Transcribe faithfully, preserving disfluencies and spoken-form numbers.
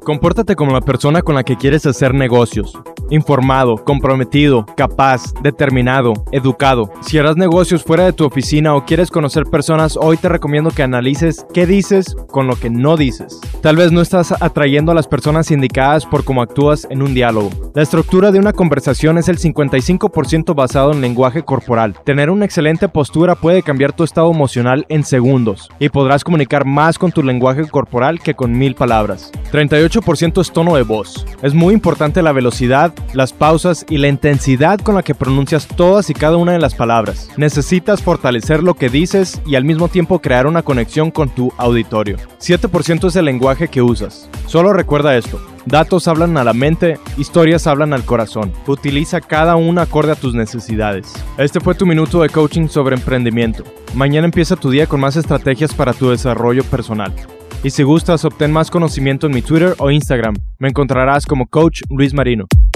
Compórtate como la persona con la que quieres hacer negocios. Informado, comprometido, capaz, determinado, educado. Si harás negocios fuera de tu oficina o quieres conocer personas, hoy te recomiendo que analices qué dices con lo que no dices. Tal vez no estás atrayendo a las personas indicadas por cómo actúas en un diálogo. La estructura de una conversación es el cincuenta y cinco por ciento basado en lenguaje corporal. Tener una excelente postura puede cambiar tu estado emocional en segundos y podrás comunicar más con tu lenguaje corporal que con mil palabras. treinta y ocho por ciento es tono de voz. Es muy importante la velocidad, las pausas y la intensidad con la que pronuncias todas y cada una de las palabras. Necesitas fortalecer lo que dices y al mismo tiempo crear una conexión con tu auditorio. siete por ciento es el lenguaje que usas. Solo recuerda esto. Datos hablan a la mente, historias hablan al corazón. Utiliza cada una acorde a tus necesidades. Este fue tu minuto de coaching sobre emprendimiento. Mañana empieza tu día con más estrategias para tu desarrollo personal. Y si gustas, obtén más conocimiento en mi Twitter o Instagram. Me encontrarás como Coach Luis Marino.